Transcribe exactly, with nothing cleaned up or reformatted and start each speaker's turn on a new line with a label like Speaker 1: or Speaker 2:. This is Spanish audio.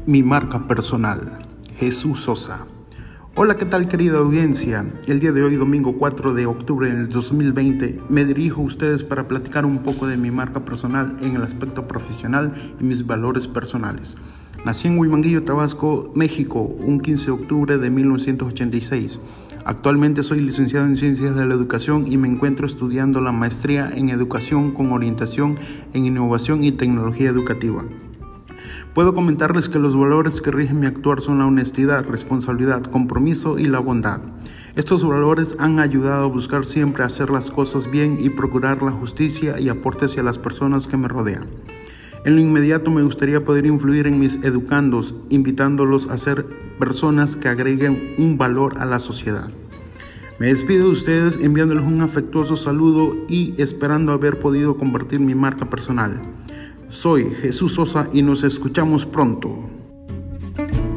Speaker 1: Mi marca personal, Jesús Sosa. Hola, ¿qué tal, querida audiencia? El día de hoy, domingo cuatro de octubre del dos mil veinte, me dirijo a ustedes para platicar un poco de mi marca personal en el aspecto profesional y mis valores personales. Nací en Huimanguillo, Tabasco, México, un quince de octubre de mil novecientos ochenta y seis. Actualmente soy licenciado en Ciencias de la Educación y me encuentro estudiando la maestría en Educación con orientación en Innovación y Tecnología Educativa. Puedo comentarles que los valores que rigen mi actuar son la honestidad, responsabilidad, compromiso y la bondad. Estos valores han ayudado a buscar siempre hacer las cosas bien y procurar la justicia y aporte hacia las personas que me rodean. En lo inmediato me gustaría poder influir en mis educandos, invitándolos a ser personas que agreguen un valor a la sociedad. Me despido de ustedes enviándoles un afectuoso saludo y esperando haber podido compartir mi marca personal. Soy Jesús Sosa y nos escuchamos pronto.